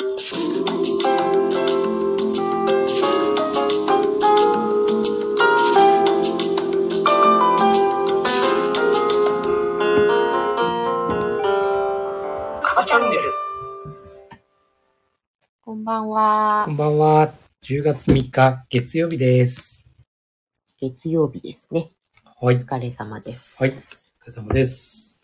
カバチャンネル。 こんばんは。 こんばんは。10月3日月曜日です。 月曜日ですね。 はい。 お疲れ様です。 はい。お疲れ様です。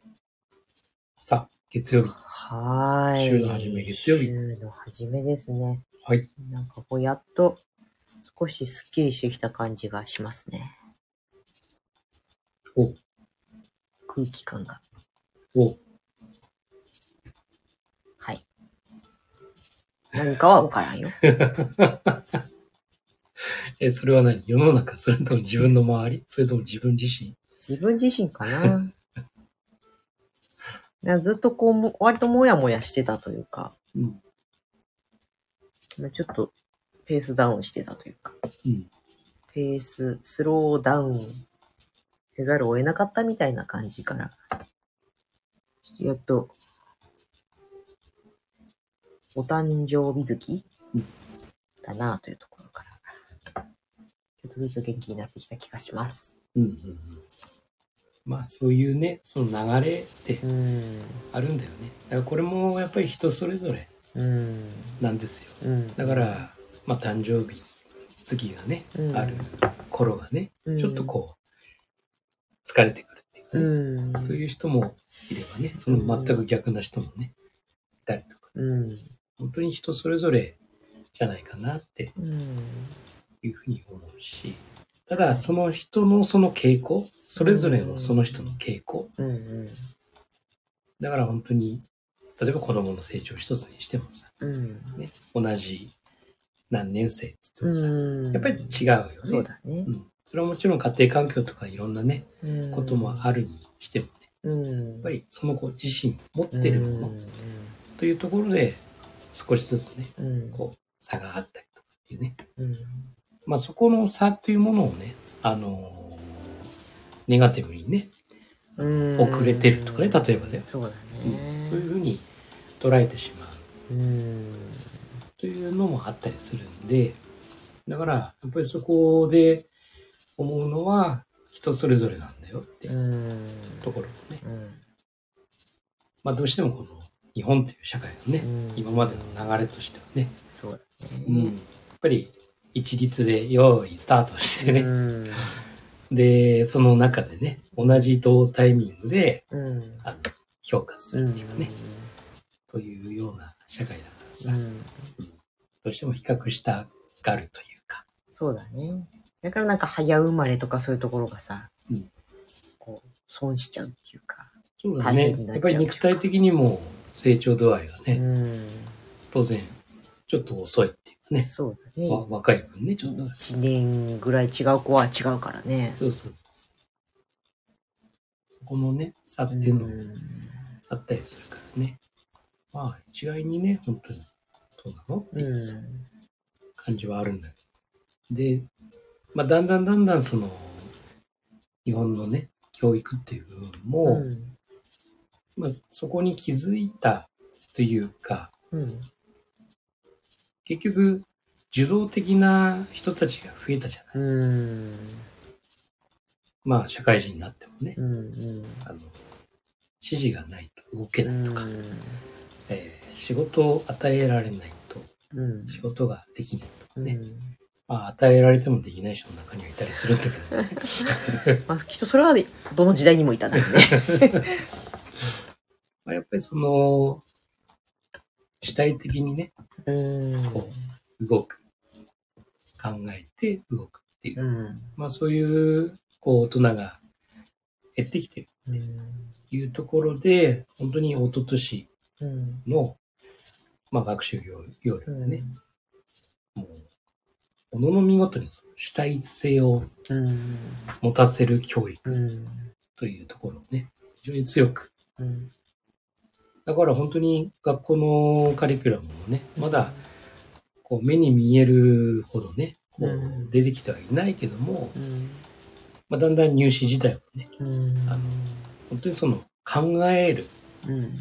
さあ、月曜日。 はーい。 週の初め月曜日。 週の初めですね。 はい。 なんかこうやっと少しスッキリしてきた感じがしますね。 お。 空気感が。 お。 はい。何かは分からんよ。 それは何？世の中？それとも自分の周り？それとも自分自身？ 自分自身かな。ずっとこう、割ともやもやしてたというか、 うん。 ちょっとペースダウンしてたというか、 うん。 スローダウンせざるを得なかったみたいな感じから、やっと、お誕生日月だなというところから、ちょっとずつ元気になってきた気がします。 うんうんうん。まあそういうね、その流れってあるんだよね。だからこれもやっぱり人それぞれなんですよ。だから、まあ誕生日月がね、ある頃がね、ちょっとこう、疲れてくるっていうかね。そういう人もいればね、その全く逆な人もね、いたりとか。本当に人それぞれじゃないかなっていうふうに思うし、ただその人のその傾向、それぞれのその人の傾向、だから本当に例えば子供の成長一つにしてもさ、ね、同じ何年生って言ってもさ、やっぱり違うよね。 そうだね。 それはもちろん家庭環境とかいろんなね、こともあるにしてもね、やっぱりその子自身持ってるものというところで少しずつね、こう差があったりとかっていうね。まあそこの差というものをね、ネガティブにね、遅れてるとかね、例えばね。 そうだね。 そういうふうに捉えてしまう。というのもあったりするんで、だからやっぱりそこで思うのは人それぞれなんだよっていうところもね。まあどうしてもこの日本という社会のね、今までの流れとしてはね、 そうだね。 やっぱり一律で用意スタートしてね、でその中でね、同じ同タイミングで、評価するっていうかね、というような社会だからさ、どうしても比較したがるというか。 そうだね。だからなんか早生まれとかそういうところがさ、こう損しちゃうっていうか。 そうだね。やっぱり肉体的にも成長度合いがね、当然ちょっと遅いっていうかね。 そうだね。 若い分ね、ちょっと。 1年ぐらい違う子は違うからね。 そう。そこのね、差っていうのもあったりするからね。まあ一概にね、本当にどうなのっていう感じはあるんだけど。で、まあだんだんその日本のね、教育っていう部分も、まあそこに気づいたというか、結局受動的な人たちが増えたじゃない。まあ社会人になってもね、指示がないと動けないとか、仕事を与えられないと仕事ができないとかね。まあ与えられてもできない人の中にはいたりするんだけどね。 まあきっとそれはどの時代にもいたんだよね。 まあやっぱりその主体的にね、こう動く、考えて動くっていう、まあそういうこう大人が減ってきてるっていうところで、本当に一昨年の、まあ学習要領でね、もうものの見事にその主体性を持たせる教育というところをね、非常に強く。だから本当に学校のカリキュラムもね、まだこう目に見えるほどね、こう出てきてはいないけども、まあ、だんだん入試自体もね、本当にその考える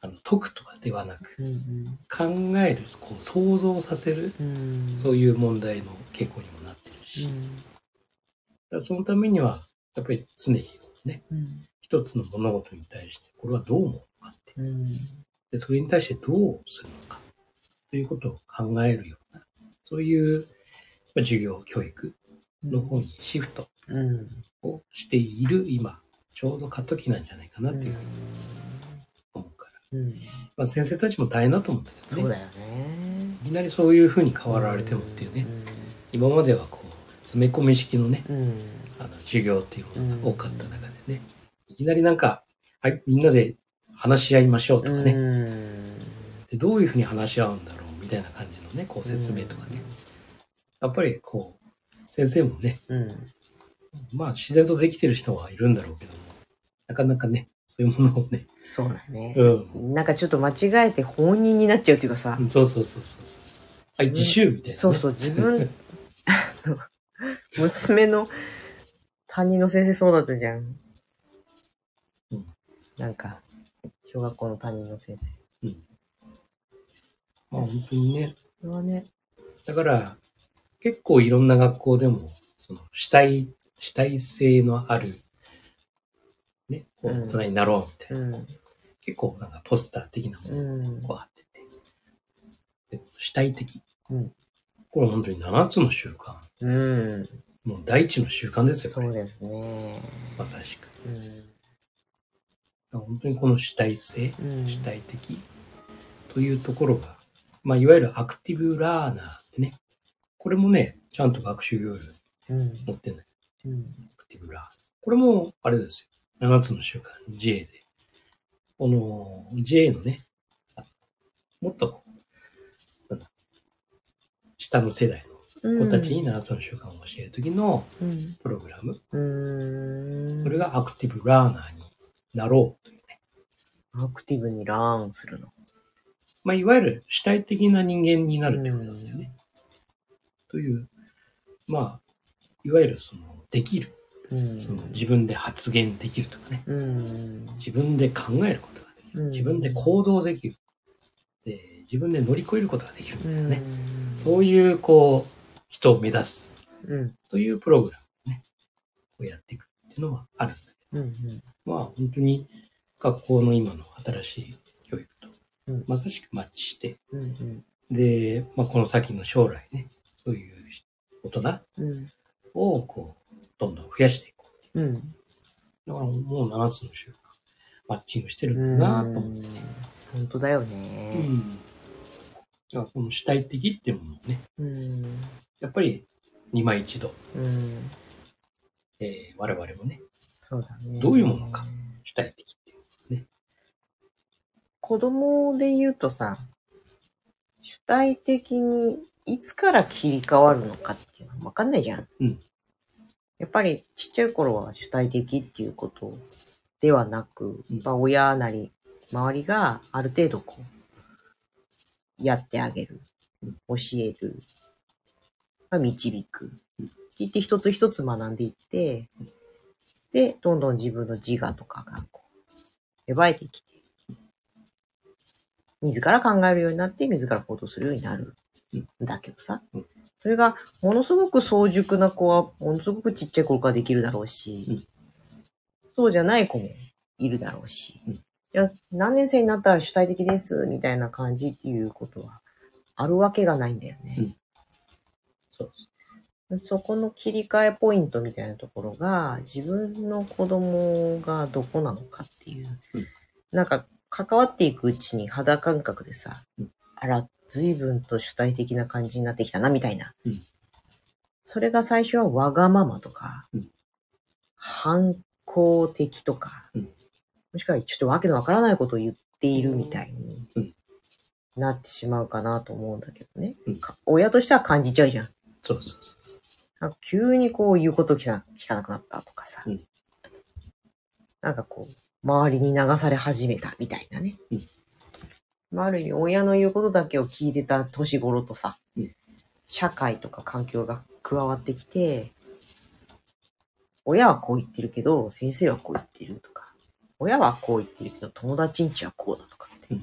解くとかではなく、考える、こう想像させる、そういう問題の傾向にもなってるし、だからそのためにはやっぱり常日頃ね、一つの物事に対してこれはどう思うのかって、でそれに対してどうするのかということを考えるような、そういう授業教育の方にシフトをしている今、ちょうど過渡期なんじゃないかなっていうふうに思うから、先生たちも大変だと思うんだけどね。 そうだよね。 いきなりそういうふうに変わられてもっていうね、今まではこう詰め込み式のね、授業っていうものが多かった中でね、いきなりなんか、はい、みんなで話し合いましょうとかね、でどういうふうに話し合うんだろうみたいな感じのね、こう説明とかね、やっぱりこう先生もね、まあ自然とできてる人はいるんだろうけども、なかなかね、そういうものをね。 そうだね。なんかちょっと間違えて放任になっちゃうっていうかさ。 そう。はい、自習みたいな、ね。 そう、自分、娘の担任の先生そうだったじゃん。なんか、小学校の担任の先生。 まあ本当にね。 それはね。 だから、結構いろんな学校でも、その主体性のある、ね、こう大人になろうみたいな、結構なんかポスター的なものがこうあってて、主体的、これ本当に7つの習慣、もう第一の習慣ですよ。 そうですね。 まさしく。本当にこの主体性、主体的というところが、まあいわゆるアクティブラーナーってね、これもね、ちゃんと学習要領に載ってない。アクティブラーナー。これもあれですよ。7つの習慣 J で。この J のね、もっとこう、下の世代の子たちに7つの習慣を教えるときのプログラム、それがアクティブラーナーになろうというね。 アクティブにラーンするの。 まあ、いわゆる主体的な人間になるってことなんですよね。という、まあ、いわゆるその、できる。その自分で発言できるとかね。自分で考えることができる。自分で行動できる。で、自分で乗り越えることができるみたいなね。そういう、こう、人を目指す。というプログラムをね、こうやっていくっていうのはあるんだけど。まあ、本当に学校の今の新しい教育と、まさしくマッチして、で、まあ、この先の将来ね、そういう大人をこう、どんどん増やしていこう。だからもう7つの習慣、マッチングしてるんだなと思ってね。 本当だよね。 だからこの主体的っていうものをね、やっぱり2枚一度、我々もね、 そうだね、 どういうものか、主体的っていうね。 子供で言うとさ、主体的にいつから切り替わるのかっていうのは分かんないじゃん。やっぱりちっちゃい頃は主体的っていうことではなく、親なり周りがある程度こうやってあげる、教える、導くって言って一つ一つ学んでいって、でどんどん自分の自我とかがこう芽生えてきて、自ら考えるようになって自ら行動するようになるんだけどさ、それがものすごく早熟な子はものすごくちっちゃい頃からできるだろうし、そうじゃない子もいるだろうし、いや何年生になったら主体的ですみたいな感じっていうことはあるわけがないんだよね。そこの切り替えポイントみたいなところが自分の子供がどこなのかっていう、なんか関わっていくうちに肌感覚でさ、あら随分と主体的な感じになってきたなみたいな、それが最初はわがままとか、反抗的とか、もしくはちょっとわけのわからないことを言っているみたいになってしまうかなと思うんだけどね、親としては感じちゃうじゃん。なんか急にこう言うこと聞かなくなったとかさ、なんかこう周りに流され始めたみたいなね、ある意味親の言うことだけを聞いてた年頃とさ、社会とか環境が加わってきて、親はこう言ってるけど先生はこう言ってるとか、親はこう言ってるけど友達んちはこうだとかって、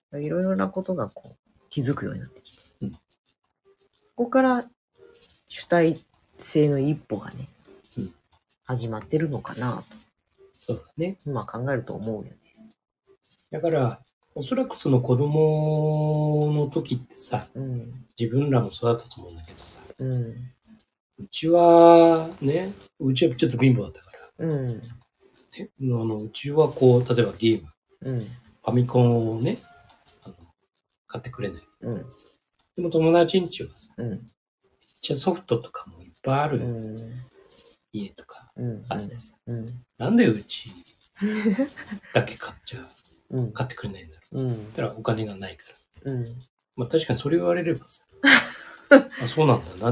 いろいろなことがこう気づくようになってきて、 こここから主体性の一歩がね、始まってるのかなと。 そうだね。 今考えると思うよね。 だから、おそらくその子供の時ってさ、自分らもそうだったと思うんだけどさ、うちはね、うちはちょっと貧乏だったから、うちはこう、例えばゲーム、ファミコンをね、買ってくれない。でも友達ん家はさ、じゃソフトとかもいっぱいある家とかあってさ、なんでうちだけ買ってくれないんだろう。だからお金がないから。まあ確かにそれ言われればさ、あ、そうなんだなって、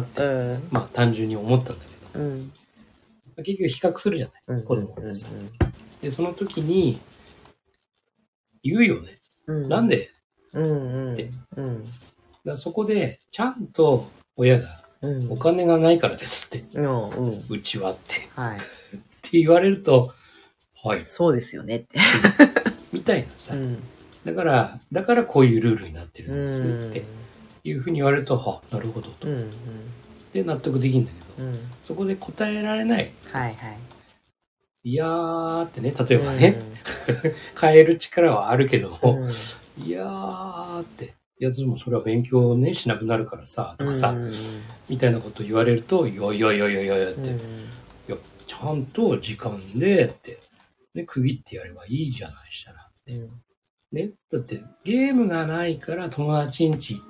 まあ単純に思ったんだけど、結局比較するじゃない、子供ってさ。で、その時に言うよね。なんでって。だそこでちゃんと親がお金がないからですって、うちはって、って言われると、はい。 そうですよねって。 みたいなさ。だからこういうルールになってるんですっていうふうに言われると、はあ、なるほどと。で、納得できるんだけど、そこで答えられない。いやーってね、例えばね、変える力はあるけども、いやーって、いや、でもそれは勉強ね、しなくなるからさ、とかさ、みたいなこと言われると、いやって、いや、ちゃんと時間でって、で、区切ってやればいいじゃないしたらって。ね、だってゲームがないから友達ん家行って、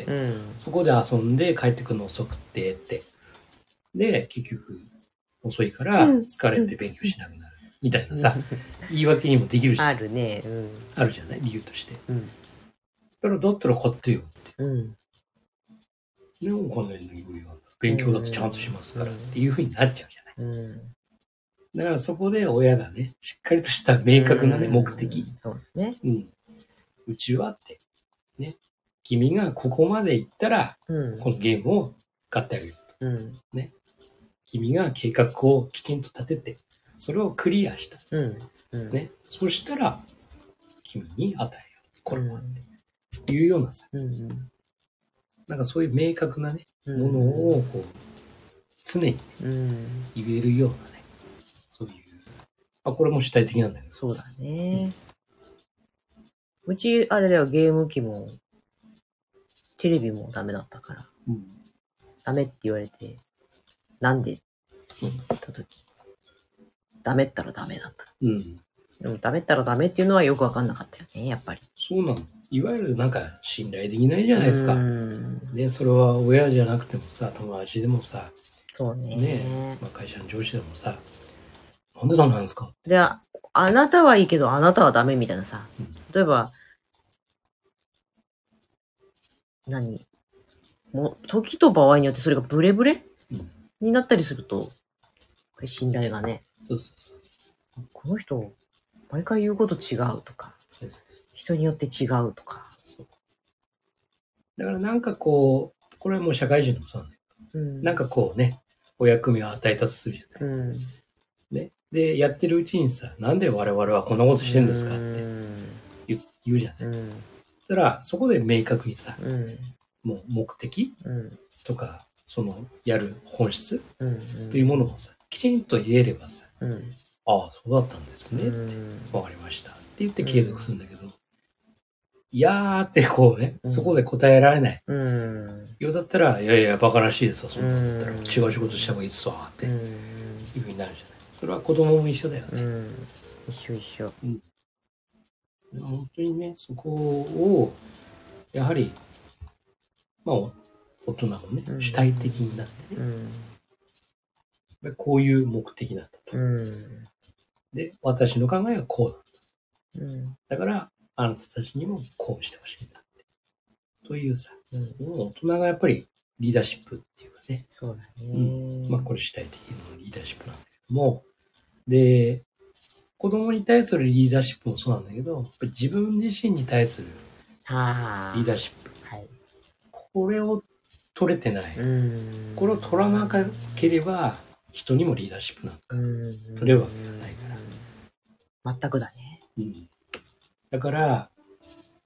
そこで遊んで帰ってくるの遅くてって。で、結局遅いから疲れて勉強しなくなる。みたいなさ、言い訳にもできるじゃん。 あるね。 あるじゃない、理由として。だったら買ってよって。ね、お金の余裕は勉強だとちゃんとしますからっていうふうになっちゃうじゃない。だからそこで親がね、しっかりとした明確なね、目的。 そうね。 うちはって。ね。君がここまで行ったら、このゲームを買ってあげる。ね。君が計画をきちんと立てて、それをクリアした。ね。そしたら、君に与えよう。これはっていうようなさ、なんかそういう明確なね、ものをこう常に、ね、言えるようなね、そういう、これも主体的なんだけど。 そうだね。うち、あれだよ、ゲーム機も、テレビもダメだったから。ダメって言われて、なんでって言ったとき、ダメったらダメだった。でもダメったらダメっていうのはよくわかんなかったよね、やっぱり。 そうなの。いわゆるなんか信頼できないじゃないですか。で、それは親じゃなくてもさ、友達でもさ、 そうね。 ね、会社の上司でもさ、なんでダメなんですか？ で、あなたはいいけど、あなたはダメみたいなさ。例えば、もう、時と場合によってそれがブレブレ、になったりすると、これ信頼がね。この人、毎回言うこと違うとか、人によって違うとか。 だからなんかこう、これはもう社会人のそうなんだけど、なんかこうね、お役目を与えたとするじゃない。ね。で、やってるうちにさ、なんで我々はこんなことしてんですかって言うじゃない。そしたら、そこで明確にさ、もう目的、とか、そのやる本質、というものをさ、きちんと言えればさ、ああ、そうだったんですねって、わかりましたって言って継続するんだけど、いやーってこうね、そこで答えられない。ようだったら、いやいや、バカらしいですわ、そんなんだったら、違う仕事した方がいいっすわ、っていうふうになるじゃない。それは子供も一緒だよね。 一緒。 本当にね、そこを、やはり、まあ、大人もね、主体的になってね、こういう目的なんだと。で、私の考えはこうなんだ。だから、あなたたちにもこうしてほしいんだって。というさ、大人がやっぱりリーダーシップっていうかね。 そうだね。 まあこれ主体的なリーダーシップなんだけども、で、子供に対するリーダーシップもそうなんだけど、やっぱり自分自身に対するリーダーシップ。これを取れてない。これを取らなければ、人にもリーダーシップなんか取れるわけがないから。 全くだね。 だから、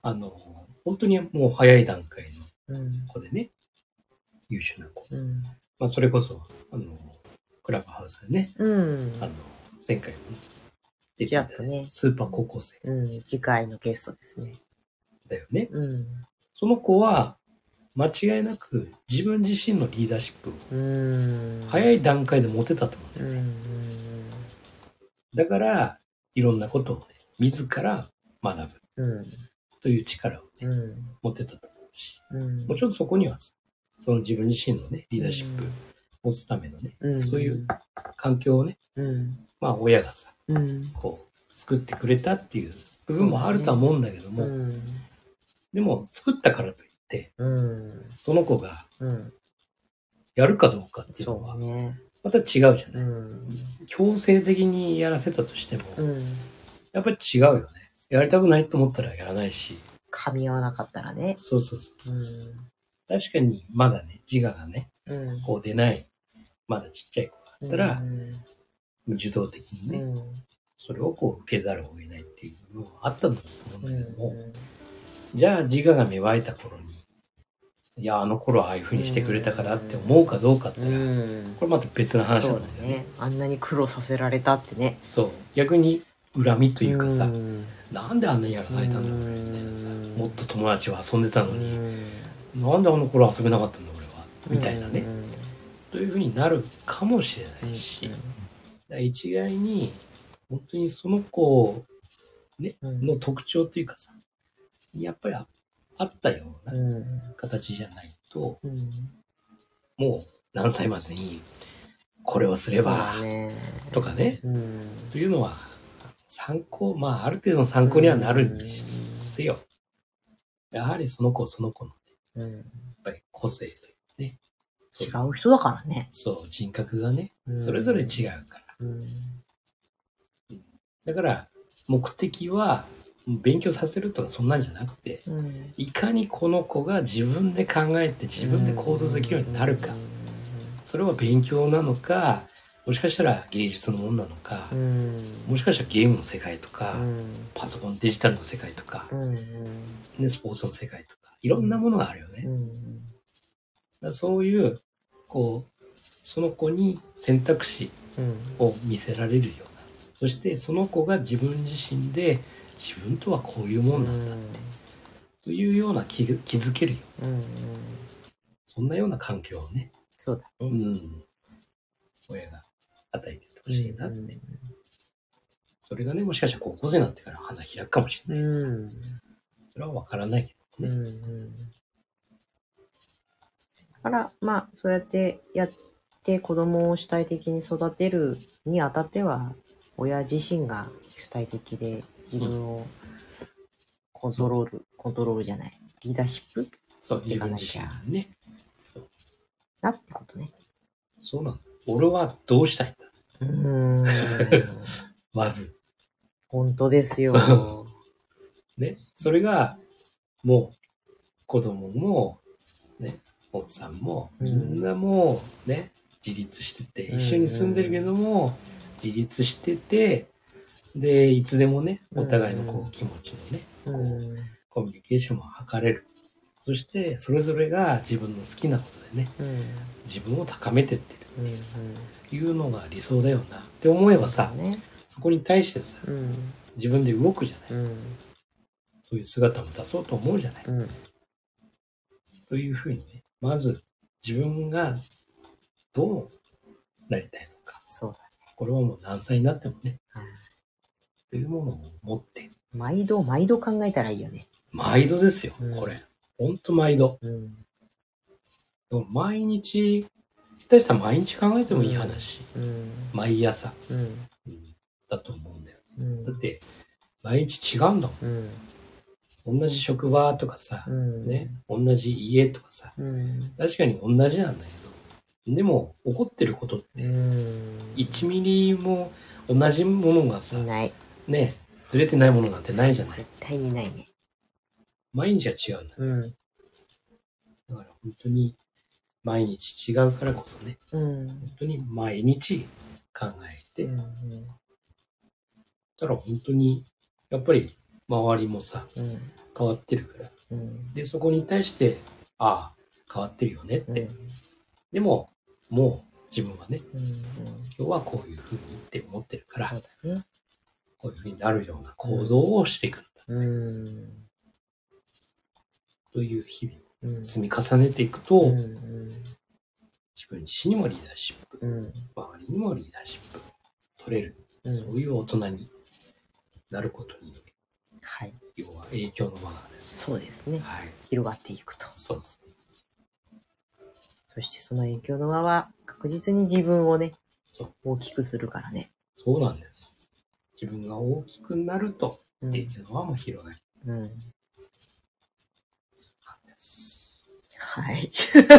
本当にもう早い段階のうん。 子でね、優秀な子。 うん。 まあ、それこそ、クラブハウスでね、 うん。 前回もね、出ていただいたね。 スーパー高校生うん。次回のゲストですね。 だよね。 うん。 その子は、間違いなく自分自身のリーダーシップを早い段階で持てたと思うんだよね。だから、いろんなことをね、自ら学ぶという力をね、持てたと思うし、もちろんそこには、その自分自身のね、リーダーシップを持つためのね、そういう環境をね、まあ親がさ、こう、作ってくれたっていう部分もあるとは思うんだけども、でも作ったからといって、その子がやるかどうかっていうのは、また違うじゃない。強制的にやらせたとしても、やっぱり違うよね。やりたくないと思ったらやらないし。 噛み合わなかったらね。 そうそうそう。確かにまだね、自我がね、こう出ない、まだちっちゃい子だったら、受動的にね、それをこう受けざるを得ないっていう部分はあったと思うんだけども、じゃあ自我が芽生えた頃に、いや、あの頃はああいう風にしてくれたからって思うかどうかって言ったら、これまた別の話なんだよね。 あんなに苦労させられたってね。 そう。逆に恨みというかさ、なんであんなにやらされたんだろうみたいなさ、もっと友達は遊んでたのに、なんであの頃遊べなかったんだ俺は、みたいなね。という風になるかもしれないし、一概に、本当にその子、ね、の特徴というかさ、やっぱりあったような形じゃないと、もう何歳までにこれをすればとかね、というのは参考、まあある程度の参考にはなるんですよ。やはりその子の、やっぱり個性というね。 違う人だからね。 そう、人格がね、それぞれ違うから。だから目的は勉強させるとかそんなんじゃなくて、いかにこの子が自分で考えて自分で行動できるようになるか。それは勉強なのか、もしかしたら芸術のものなのか、もしかしたらゲームの世界とか、パソコンデジタルの世界とか、スポーツの世界とか、いろんなものがあるよね。だそういう、こう、その子に選択肢を見せられるような、そしてその子が自分自身で自分とはこういうもんなんだって、というような気づけるよ。そんなような環境をね、 そうだね。 親が与えてほしいなって。それがね、もしかしたら高校生になってから花開くかもしれないしさ。それはわからないけどね。 だから、まあ、そうやってやって子供を主体的に育てるにあたっては、親自身が主体的で自分をコントロールじゃない、リーダーシップそう、自分自身ね。そう。 なってことね。 そうなの。俺はどうしたいんだ。まず。 本当ですよ。 ね。それが、もう、子供も、ね、奥さんも、みんなもう、ね、自立してて、一緒に住んでるけども、自立してて、で、いつでもね、お互いのこう気持ちのね、こう、コミュニケーションも図れる。そして、それぞれが自分の好きなことでね、自分を高めてってるっていうさ、いうのが理想だよなって思えばさ、そこに対してさ、自分で動くじゃない。そういう姿を出そうと思うじゃない。というふうにね、まず自分がどうなりたいのか。 そうだね。 これはもう何歳になってもね、というものを持って。 毎度考えたらいいよね。 毎度ですよ、これ。ほんと毎度。毎日、下手したら毎日考えてもいい話。毎朝、だと思うんだよ。だって、毎日違うんだもん。同じ職場とかさ、ね、同じ家とかさ、確かに同じなんだけど、でも起こってることって、1ミリも同じものがさ、ね、ずれてないものなんてないじゃない。 絶対にないね。 毎日が違うんだ。だから本当に毎日違うからこそね、本当に毎日考えて、だから本当にやっぱり周りもさ、 うん変わってるから。 うんで、そこに対して、ああ、変わってるよねって。 うんでも、もう自分はね、 うん今日はこういうふうにって思ってるからそう、だね。 こういうふうになるような行動をしていくんだ。という日々を積み重ねていくと、自分自身にもリーダーシップ、周りにもリーダーシップ取れる、そういう大人になることに、 はい。 要は影響の輪がですね。 そうですね。 はい。 広がっていくと。 そうです。 そしてその影響の輪は確実に自分をね、 そう大きくするからね。 そうなんです。自分が大きくなると、影響の輪も広がる。 はい。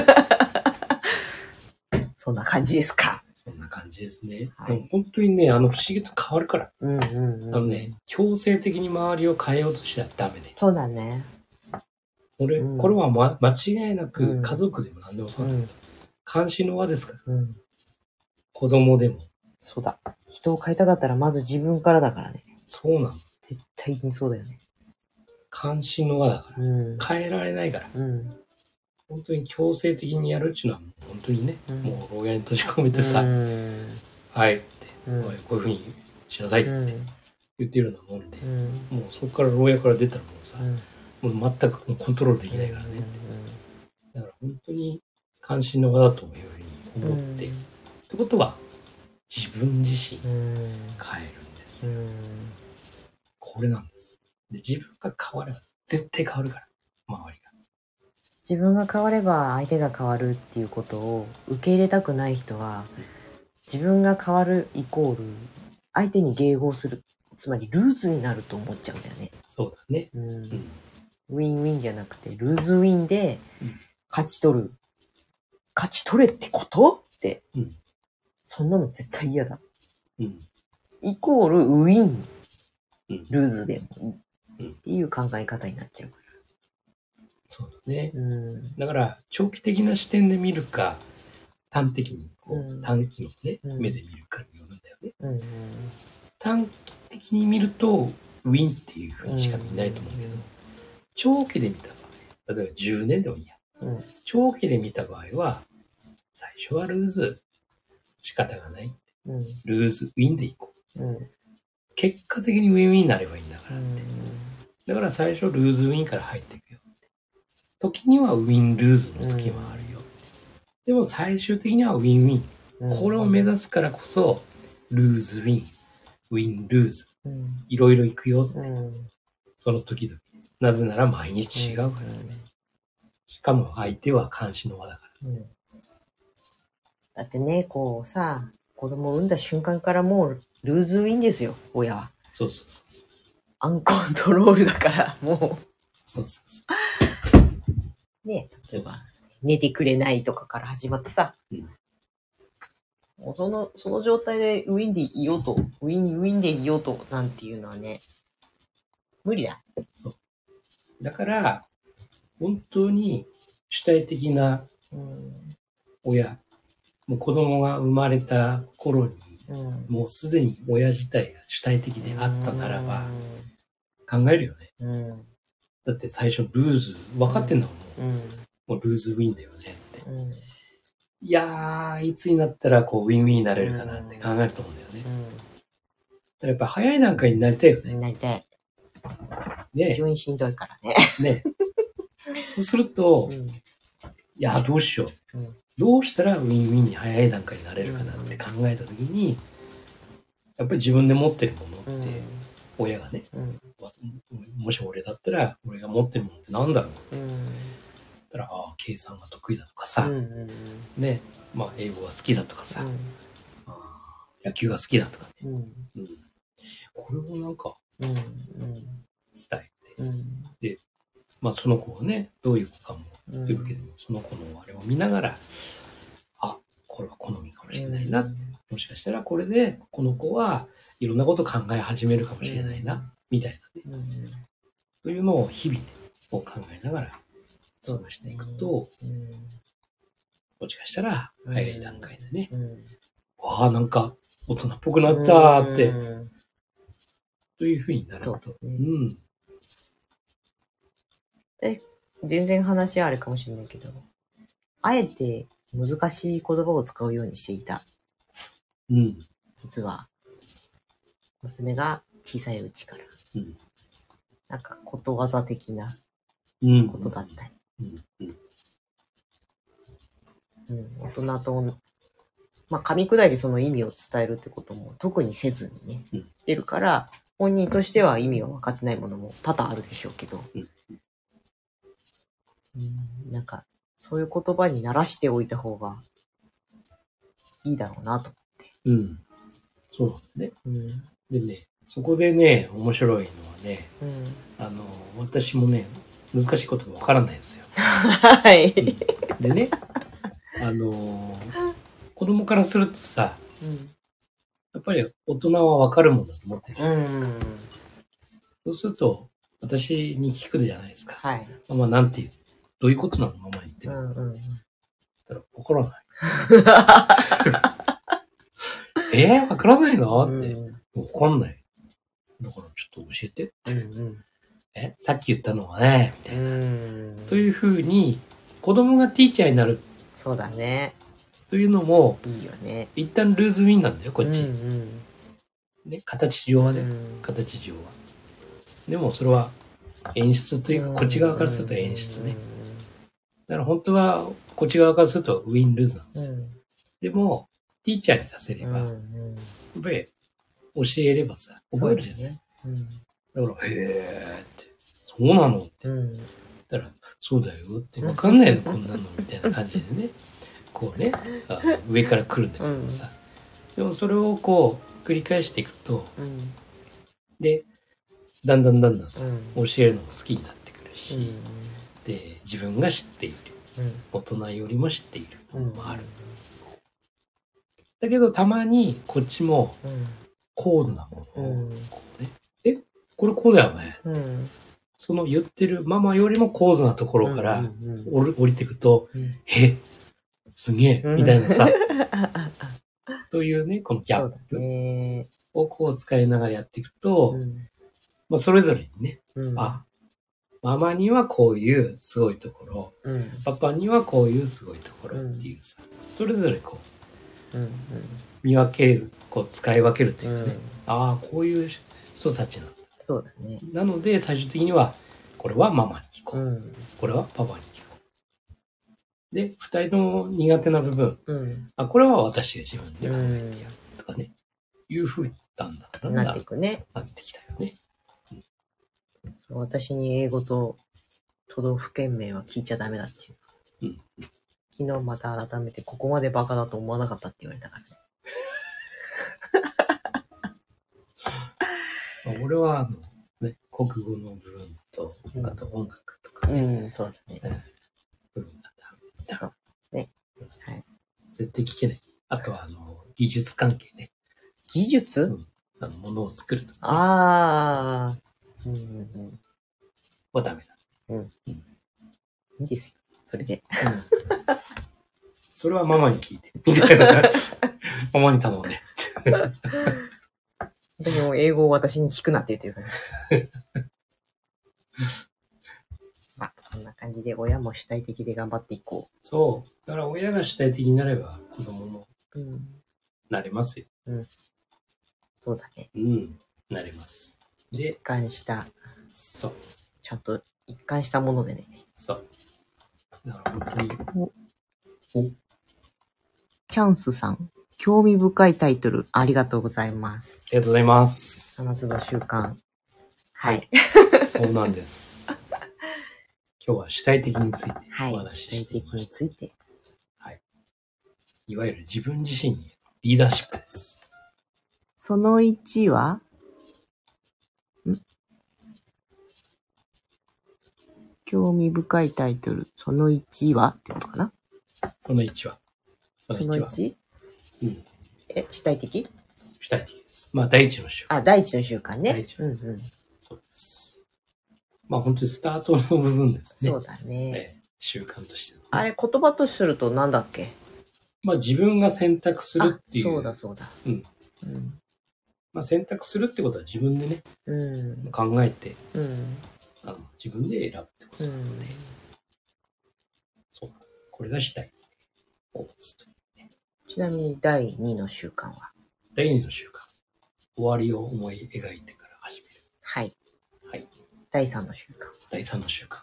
そんな感じですか。 そんな感じですね。 はい、 本当にね、不思議と変わるから。 ね、 強制的に周りを変えようとしちゃダメね。 そうだね。 これは、間違いなく家族でも何でもそうなんだけど、監視の輪ですから。子供でも。 そうだ。人を変えたかったらまず自分からだからね。 そうなの。 絶対にそうだよね。 監視の輪だから。変えられないから。本当に強制的にやるっていうのは、本当にね、もう牢屋に閉じ込めてさ、はいって、こういうふうにしなさいって言ってるようなもんで、もうそこから牢屋から出たらもうさ、もう全くコントロールできないからねって。だから本当に関心の輪だというふうに思って、ってことは、自分自身変えるんですよ。これなんです。で、自分が変われば絶対変わるから、周りが。 自分が変われば相手が変わるっていうことを受け入れたくない人は、自分が変わるイコール相手に迎合する、つまりルーズになると思っちゃうんだよね。 そうだね。 ウィンウィンじゃなくてルーズウィンで勝ち取る。勝ち取れってことって、そんなの絶対嫌だ。イコールウィン、ルーズでもいいっていう考え方になっちゃうから。 そうだね。だから長期的な視点で見るか、短期のね、目で見るかによるんだよね。短期的に見るとウィンっていうふうにしか見ないと思うけど、長期で見た場合、例えば10年でもいいや。長期で見た場合は、最初はルーズ、仕方がない。ルーズウィンでいこう。結果的にウィンウィンになればいいんだからって。だから最初ルーズウィンから入っていくよって。時にはウィンルーズの時もあるよって。でも最終的にはウィンウィン。これを目指すからこそ、ルーズウィン、ウィンルーズ。いろいろいくよって。その時々。なぜなら毎日違うからね。しかも相手は監視の輪だから。 だってね、こうさ、子供を産んだ瞬間からもうルーズウィンですよ、親は。 そうそうそう。 アンコントロールだから、もう。 そうそうそう。 ね、例えば、寝てくれないとかから始まってさ、もうその状態でウィンでいようと、ウィンでいようとなんていうのはね、無理だ。 そう。だから、本当に主体的な親、もう子供が生まれた頃に、もうすでに親自体が主体的であったならば、考えるよね。だって最初ルーズ、分かってんだもん。もうルーズウィンだよねって。いやー、いつになったらこうウィンウィンになれるかなって考えると思うんだよね。だからやっぱ早い段階になりたいよね。 なりたい。 ね。 非常にしんどいからね。 ね。そうすると、いや、どうしよう。どうしたらウィンウィンに早い段階になれるかなって考えたときに、やっぱり自分で持ってるものって、親がね、もし俺だったら、俺が持ってるものって何だろうって。だから計算が得意だとかさ、ね、まあ英語が好きだとかさ、野球が好きだとかね。これをなんか伝えて、で、まあその子はね、どういう子かも言うけども、その子のあれを見ながら、これは好みかもしれないな。もしかしたらこれで、この子はいろんなことを考え始めるかもしれないな、みたいなね。というのを日々を考えながら過ごしていくと、もしかしたら早い段階でね、なんか大人っぽくなったって、というふうになると、 全然話あるかもしれないけど、あえて難しい言葉を使うようにしていた。 うん。 実は、娘が小さいうちから。 うん。 なんか、ことわざ的なことだったり。大人と、まあ、噛み砕いてその意味を伝えるってことも特にせずにね、出るから、本人としては意味が分かってないものも多々あるでしょうけど、なんか、そういう言葉に慣らしておいた方がいいだろうなと思って。 うん。そうなんだね。でね、そこでね、面白いのはね、私もね、難しい言葉わからないんですよ。 はい。 でね、子供からするとさ、やっぱり大人はわかるもんだと思ってるじゃないですか。そうすると、私に聞くじゃないですか。 はい。 ママなんて言う？どういうことなの？ママに言ってる。だからわからない。わからないの？って。わかんない。だからちょっと教えてって。さっき言ったのはね、みたいな。というふうに、子供がティーチャーになる。 そうだね。 というのも、 いいよね。 一旦ルーズウィンなんだよ、こっち。ね、形上はね、形上は。でもそれは演出というか、こっち側からすると演出ね。だから本当は、こっち側からするとウィン・ルーズなんですよ。でも、ティーチャーにさせれば、やっぱり教えればさ、覚えるじゃない。だから、へーって、そうなのって。だから、そうだよって、わかんないの、こんなの、みたいな感じでね。こうね、上から来るんだけどさ。でもそれをこう、繰り返していくと、で、だんだんさ、教えるのも好きになってくるし、で、自分が知っている。大人よりも知っているものもある。だけど、たまにこっちも、高度なものを、こうね、これこうだよね。その言ってるママよりも高度なところから降りてくと、すげえ、みたいなさ、というね、このギャップをこう使いながらやっていくと、まあそれぞれにね、ママにはこういうすごいところ、パパにはこういうすごいところっていうさ、それぞれこう、見分ける、こう使い分けるというかね、こういう人たちなんだ。 そうだね。 なので最終的には、これはママに聞こう。これはパパに聞こう。で、二人とも苦手な部分、これは私が自分で考えてやるとかね、いうふうにだんだんなっていくね。 なってきたよね。 私に英語と都道府県名は聞いちゃダメだっていう。昨日また改めてここまでバカだと思わなかったって言われたからね。 俺はね、国語の部分と、あと音楽とか、 そうだね。 部分だった。 そうね。はい。 絶対聞けない。あとは技術関係ね。 技術？ 物を作るとか、ね。はダメだ。 いいですよ。それで。 それはママに聞いて。みたいな。ママに頼んで。 でも英語を私に聞くなって言ってるから。まあ、そんな感じで親も主体的で頑張っていこう。 そう。だから親が主体的になれば子供もなれますよ。 そうだね。 なれます。で、 一貫した。 そう。 ちゃんと一貫したものでね。 そう。だから本当に。チャンスさん。興味深いタイトル、ありがとうございます。 ありがとうございます。 7つの習慣。はい。 そうなんです。今日は主体的についてお話ししていました。 主体的について。 はい。いわゆる自分自身にリーダーシップです。 その1は興味深いタイトル、その1はってことかな？ その1は。 その 1？ 主体的？ 主体的です。まあ、第一の習慣。 第一の習慣ね。 第一の習慣。そうです。まあ、本当にスタートの部分ですね。 そうだね。 習慣として。 あれ、言葉とすると何だっけ？ まあ、自分が選択するっていう。 そうだ。 まあ、選択するってことは自分でね、考えて、 自分で選ぶってことなので、そう。これがしたい。大津というね。 ちなみに第2の習慣は？ 第2の習慣。終わりを思い描いてから始める。 はい。 はい。 第3の習慣。 第3の習慣。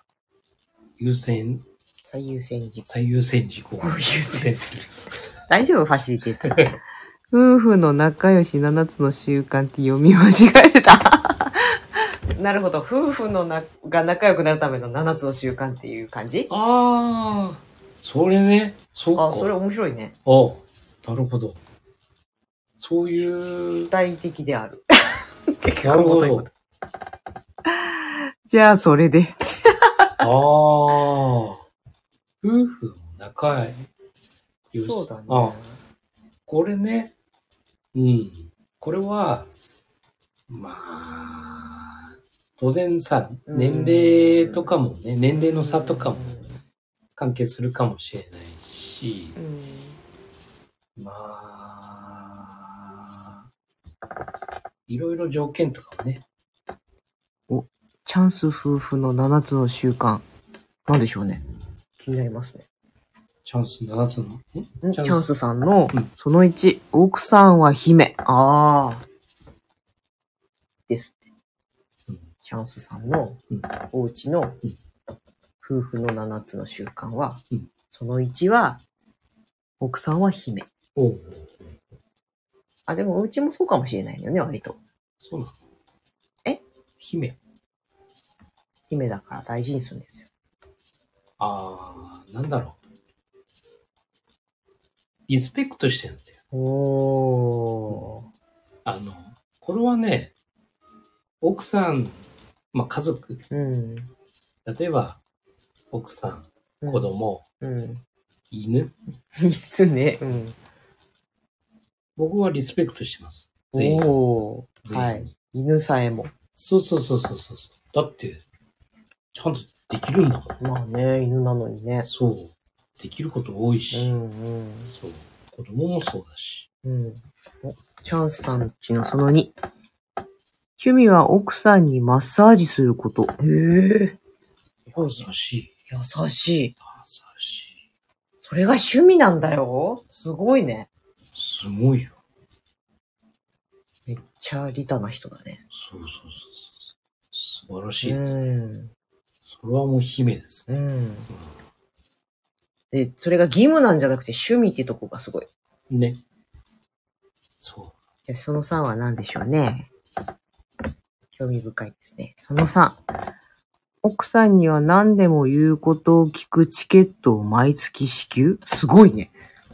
最優先事項。 最優先事項を優先する。 大丈夫？ファシリテーター。夫婦の仲良し7つの習慣って読み間違えてた。なるほど。夫婦のが仲良くなるための7つの習慣っていう感じ？ ああ、それね。そうか。 あ、それ面白いね。 あ、なるほど。そういう。 具体的である。 なるほど。 じゃあ、それで。 ああ。夫婦の仲良い。 そうだね。 これね。うん。これは、まあ、当然さ、年齢とかもね、年齢の差とかも関係するかもしれないし、まあ、いろいろ条件とかもね。 お、チャンス夫婦の7つの習慣。なんでしょうね。気になりますね。 チャンス7つのチャンスさんの、その1、奥さんは姫。ああ。ですって。チャンスさんのお家の夫婦の7つの習慣は、その1は、奥さんは姫。あ、でもうちもそうかもしれないよね、割と。 そうなの？ 姫だから大事にするんですよ。 ああ、なんだろう。リスペクトしてるんだよ。 おー。 これはね、奥さん、まあ家族。 例えば、奥さん、子供、犬。 犬ね。 僕はリスペクトしてます。 全員。おー。はい。犬さえも。 そう。だって、ちゃんとできるんだもん。 まあね、犬なのにね。 そう。できること多いし。そう。子供もそうだし。 チャンスさんちのその2。趣味は奥さんにマッサージすること。へえ。 優しい。 優しい。それが趣味なんだよ。すごいね。 すごいよ。 めっちゃ利他な人だね。 そう。素晴らしいですね。それはもう姫ですね。 で、それが義務なんじゃなくて趣味ってとこがすごい。 ね。そう。 じゃあその3は何でしょうね。興味深いですね。その3。奥さんには何でも言うことを聞くチケットを毎月支給？すごいね。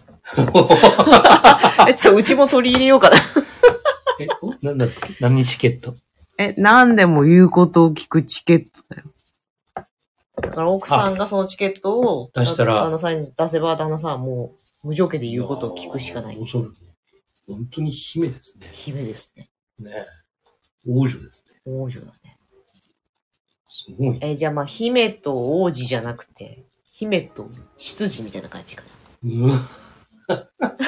うちも取り入れようかな。 なんだっけ？何チケット？ 何でも言うことを聞くチケットだよ。だから奥さんがそのチケットを出したら、 旦那さんに出せば旦那さんはもう無条件で言うことを聞くしかない。 本当に姫ですね。 姫ですね。 ね。王女ですね。 王女だね。 すごい。 じゃあまあ姫と王子じゃなくて、姫と執事みたいな感じかな。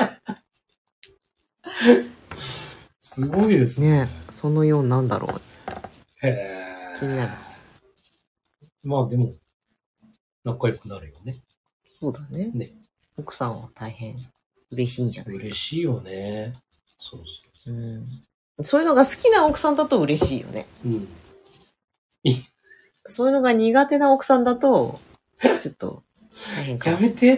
すごいですね。 その4なんだろう。気になる。 まあでも、仲良くなるよね。 そうだね。奥さんは大変嬉しいんじゃない？ 嬉しいよね。そう。 そういうのが好きな奥さんだと嬉しいよね。そういうのが苦手な奥さんだと、ちょっと大変かも。 やめてって。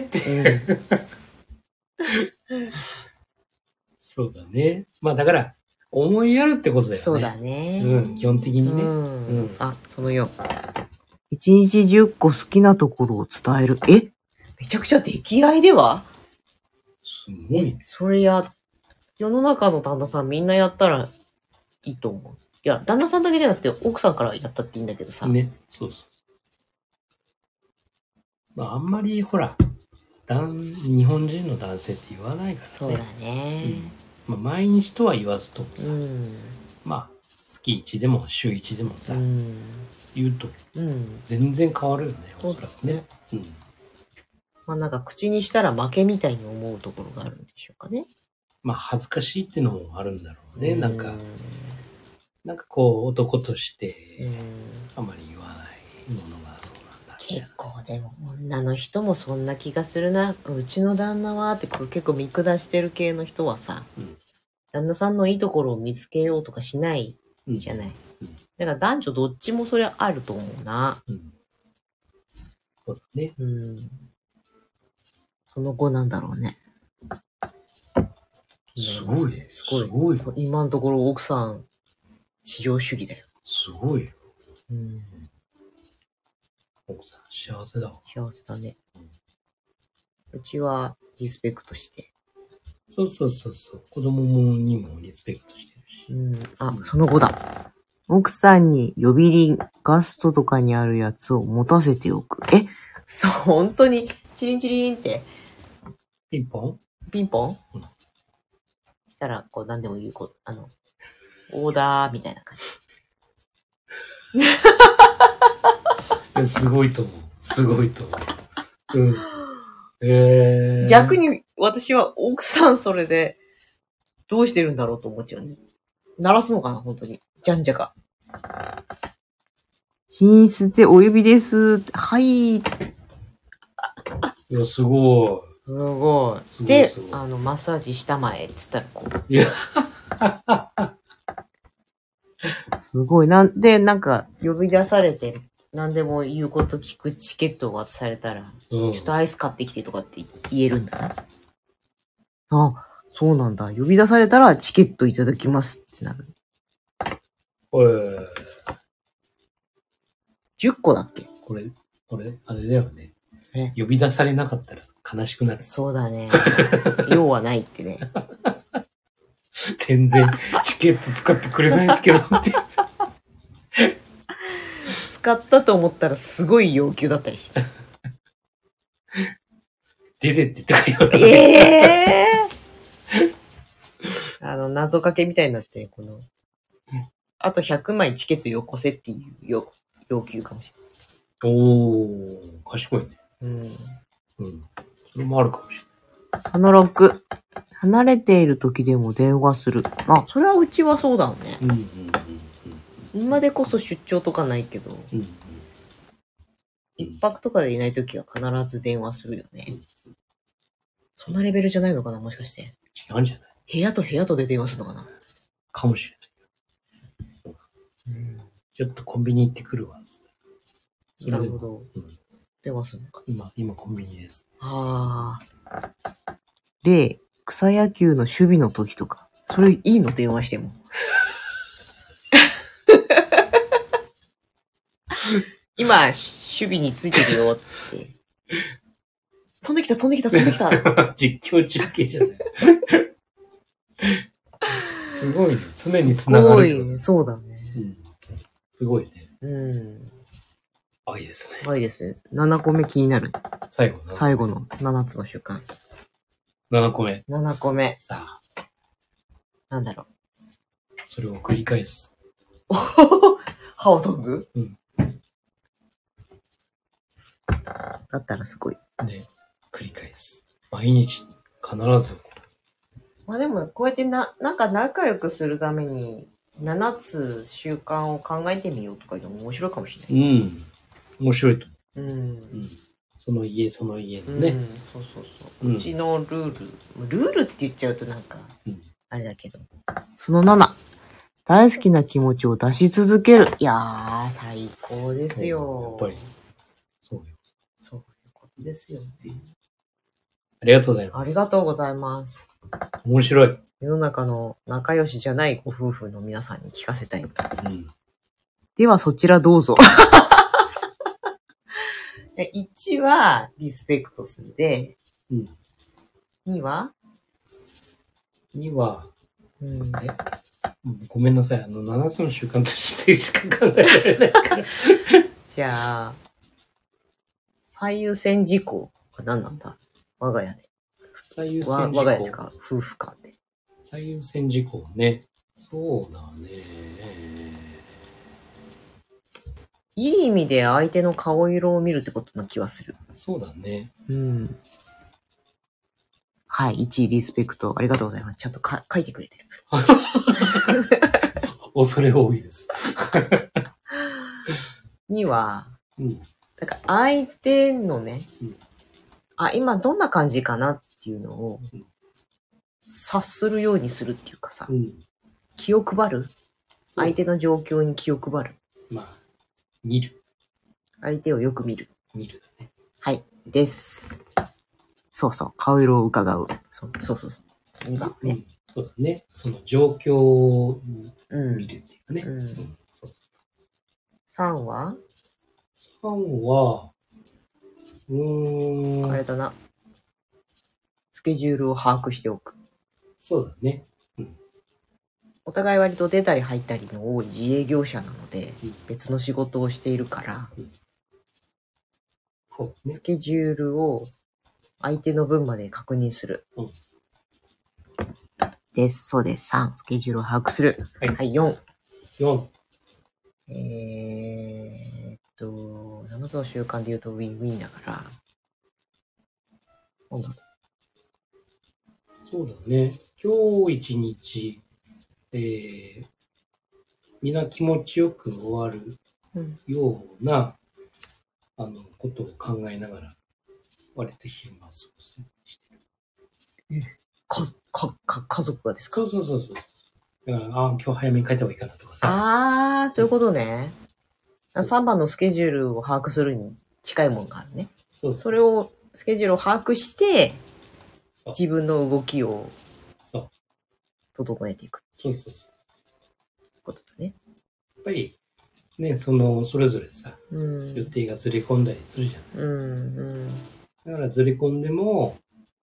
そうだね。まあだから、思いやるってことだよね。 そうだね。 基本的にね。 その4。1日10個好きなところを伝える。めちゃくちゃ溺愛では？ すごいね。 それ世の中の旦那さんみんなやったらいいと思う。いや、旦那さんだけじゃなくて奥さんからやったっていいんだけどさ。 ね。そう。まああんまりほら、日本人の男性って言わないからね。 そうだね。 まあ毎日とは言わずともさ。まあ月1でも週1でもさ、言うと、全然変わるよね。 そうだね。まあなんか口にしたら負けみたいに思うところがあるんでしょうかね。 まあ恥ずかしいっていうのもあるんだろうね。なんかこう男としてあまり言わないものがそうなんだ。 結構でも女の人もそんな気がするな。うちの旦那はって結構見下してる系の人はさ、旦那さんのいいところを見つけようとかしないじゃない。だから男女どっちもそれはあると思うな。 そうだね。 その後なんだろうね。 すごいね。すごい。 今のところ奥さん、至上主義だよ。 すごいよ。奥さん、幸せだわ。 幸せだね。うちはリスペクトして。 そう。子供にもリスペクトしてるし。 その後だ。奥さんに呼び鈴、ガストとかにあるやつを持たせておく。そう、本当に、チリンチリンって。 ピンポンしたら、こう、何でも言う、オーダーみたいな感じ。 すごいと思う。 逆に、私は奥さんそれで、どうしてるんだろうと思っちゃうね。鳴らすのかな、本当に。じゃんじゃか。寝室でお呼びです。はい。 いや、すごい。 で、マッサージしたまえ、っつったらこう。 いや。 すごい。なんか、呼び出されて、何でも言うこと聞くチケットを渡されたら、ちょっとアイス買ってきてとかって言えるんだな。あ、そうなんだ。呼び出されたらチケットいただきますってなる。10個だっけ？ これ、あれだよね。呼び出されなかったら悲しくなる。 そうだね。用はないってね。 全然チケット使ってくれないんですけどって。 使ったと思ったらすごい要求だったりして。 出てって言ってくれよ。 謎かけみたいになって、あと100枚チケットよこせっていう要求かもしれない。 賢いね。それもあるかもしれない。 その6。離れている時でも電話する。それはうちはそうだね。今でこそ出張とかないけど、一泊とかでいない時は必ず電話するよね。そんなレベルじゃないのかな、もしかして。 違うんじゃない？ 部屋と部屋とで電話するのかな。 かもしれない。ちょっとコンビニ行ってくるわ。 なるほど。電話するのか。 今コンビニです。 で、草野球の守備の時とか。それいいの？電話しても。今、守備についてるよって。飛んできた。 実況中継じゃない。すごいね。常に繋がる。 すごい、そうだね。 すごいね。いいですね。 いいですね。7個目気になる。 最後の7つの習慣。 7個目。 7個目。 さあ。 なんだろう。 それを繰り返す。 歯を研ぐ？だったらすごい。 ね。繰り返す。毎日、必ず。 でも、こうやってなんか仲良くするために、7つ習慣を考えてみようとかいうのも面白いかもしれない。 面白いと思う。 その家のね。 そう。うちのルールって言っちゃうとなんか、あれだけど。その7。大好きな気持ちを出し続ける。いやー、最高ですよ。 やっぱり。そういうことですよね。 ありがとうございます。 ありがとうございます。 面白い。 世の中の仲良しじゃないご夫婦の皆さんに聞かせたい。ではそちらどうぞ。1はリスペクトするで、2は、 ごめんなさい。7つの習慣としてしか考えられないから。 じゃあ、最優先事項は何なんだ？我が家で。我が家とか夫婦間で。 最優先事項ね。そうだね。 いい意味で相手の顔色を見るってことな気はする。 そうだね。 はい、1リスペクト。ありがとうございます。ちゃんと書いてくれてる。 恐れ多いです。 2は、 うん。 だから相手のね、 うん、 今どんな感じかなっていうのを察するようにするっていうかさ、気を配る。相手の状況に気を配る。 まあ、見る。 相手をよく見る。 見るだね。 はい。です。そうそう。顔色を伺う。そう。2番ね。 そうだね。その状況を見るっていうかね。 そう3は ?3 は、 あれだな。スケジュールを把握しておく。 そうだね。 お互い割と出たり入ったりの多い自営業者なので、別の仕事をしているから、スケジュールを相手の分まで確認する。です。そうです。3、スケジュールを把握する。はい、4。7つの習慣で言うとウィンウィンだから、今度。 そうだね。今日一日、みんな気持ちよく終わるような、ことを考えながら、割と昼間過ごす。 家族がですか？ そう。だから今日早めに帰った方がいいかなとかさ。 そういうことね。3番のスケジュールを把握するに近いものがあるね。それを、スケジュールを把握して、自分の動きを整えていく。 そう。 ことだね。 やっぱり、ね、それぞれさ、予定がずれ込んだりするじゃん。だからずれ込んでも、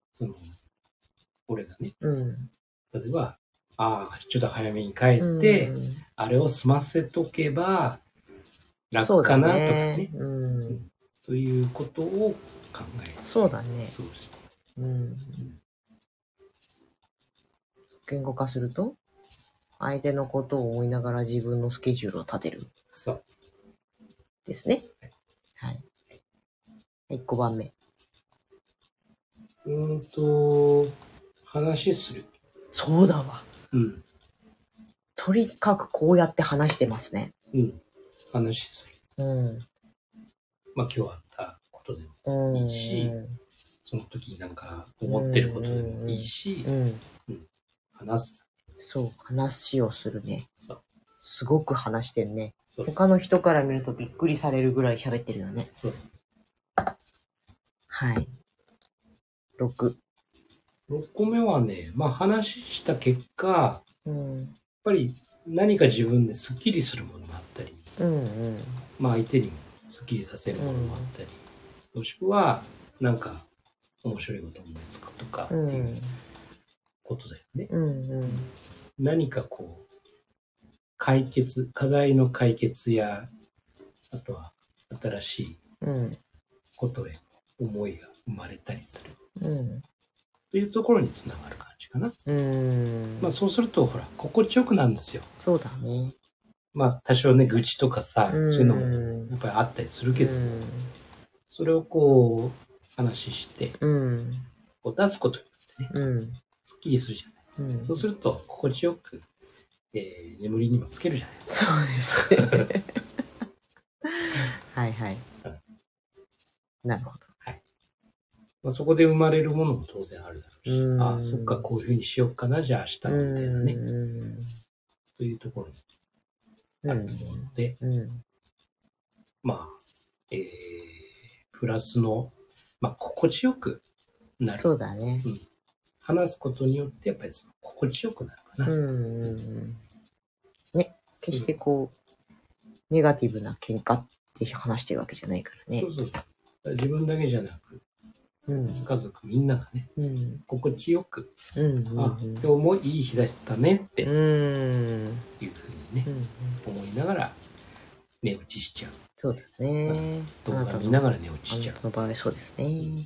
俺がね、例えば、ちょっと早めに帰って、あれを済ませとけば楽かなとかね。そういうことを考える。 そうだね。そうして。言語化すると、相手のことを思いながら自分のスケジュールを立てる。 そう。 ですね。はい。5番目。 話する。 そうだわ。とにかくこうやって話してますね。 話する。まあ今日あったことでもいいし、その時なんか思ってることでもいいし、話す。 そう、話をするね。すごく話してるね。他の人から見るとびっくりされるぐらい喋ってるよね。はい。6 個目はね、まあ話した結果、やっぱり何か自分でスッキリするものもあったり、まあ相手にもスッキリさせるものもあったり、もしくはなんか面白いことを思いつくとかっていうことだよね。何かこう課題の解決や、あとは新しいことへ思いが生まれたりする。というところにつながる感じかな。まあそうすると、ほら、心地よくなるんですよ。 そうだね。 まあ多少ね、愚痴とかさ、そういうのもやっぱりあったりするけど、それをこう、話して、こう出すことによってね、すっきりするじゃない。そうすると、心地よく、眠りにもつけるじゃないですか。 そうですね。はい。なるほど。 まあ、そこで生まれるものも当然あるだろうし、そっか、こういうふうにしようかな、じゃあ明日はみたいなね。というところにあると思うので、まあ、プラスの、まあ、心地よくなる。 そうだね。 話すことによって、やっぱり心地よくなるかな。 ね、決してこう、ネガティブな喧嘩って話してるわけじゃないからね。 そう。自分だけじゃなく、家族みんながね、心地よく、今日もいい日だったねっていうふうにね、思いながら寝落ちしちゃう。そうですね。動画見ながら寝落ちしちゃう。 あなたの場合そうですね。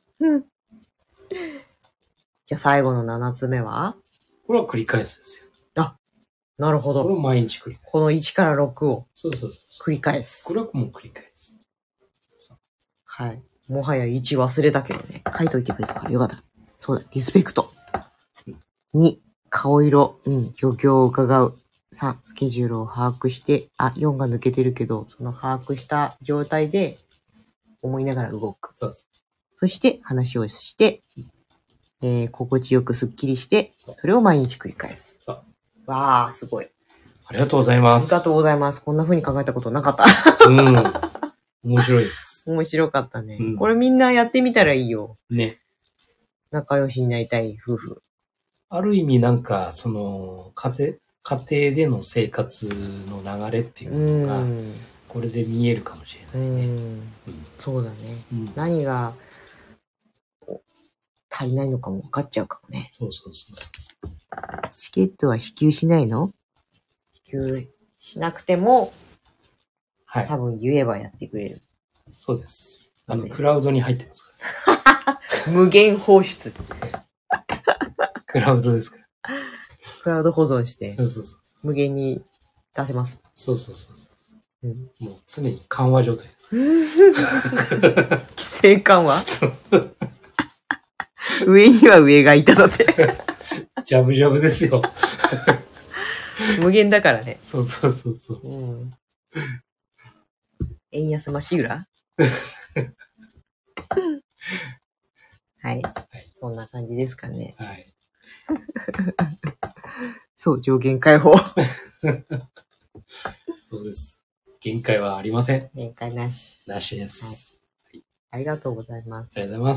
じゃあ最後の7つ目は？ これは繰り返すですよ。 なるほど。 これを毎日繰り返す。 この1から6を繰り返す。 これはもう繰り返す。 はい。もはや1忘れたけどね。書いといてくれたからよかった。そうだ、リスペクト。2、顔色。漁業を伺う。 3、スケジュールを把握して、4が抜けてるけど、その把握した状態で思いながら動く。 そうです。 そして話をして、心地よくスッキリして、それを毎日繰り返す。 そう。 わー、すごい。 ありがとうございます。 ありがとうございます。こんな風に考えたことなかった。 面白いです。 面白かったね。これみんなやってみたらいいよ。 ね。 仲良しになりたい夫婦。 ある意味なんか、その、家庭での生活の流れっていうのが、これで見えるかもしれないね。 そうだね。何が足りないのかも分かっちゃうかもね。 そう。 チケットは支給しないの？支給しなくても、はい。多分言えばやってくれる。 そうです。クラウドに入ってますから。無限放出。 クラウドですから。 クラウド保存して、 そう。 無限に出せます。 そう。もう常に緩和状態。 規制緩和上には上がいただって。 ジャブジャブですよ。 無限だからね。 そう。 円安まっしぐらはい。そんな感じですかね。 はい。 そう、上限解放。 そうです。限界はありません。 限界なし。 なしです。 はい。ありがとうございます。 ありがとうございます。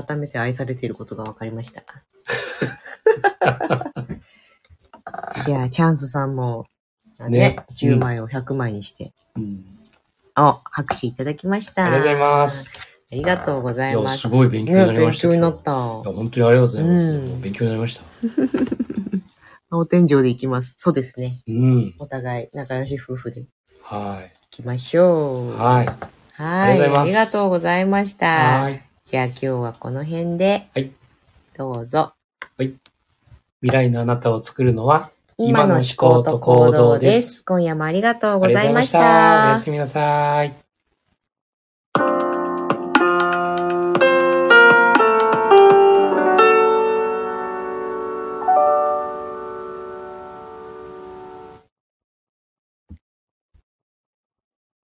改めて愛されていることが分かりました。じゃあ、チャンスさんも、ね、10枚を100枚にして。拍手いただきました。 ありがとうございます。 ありがとうございます。 すごい勉強になりました。 勉強になった。 本当にありがとうございます。勉強になりました。 お天井で行きます。そうですね。お互い仲良し夫婦で。 はい。 行きましょう。 はい。 ありがとうございました。じゃあ今日はこの辺で。 はい。 どうぞ。 はい。未来のあなたを作るのは今の思考と行動です。今夜もありがとうございました。 おやすみなさい。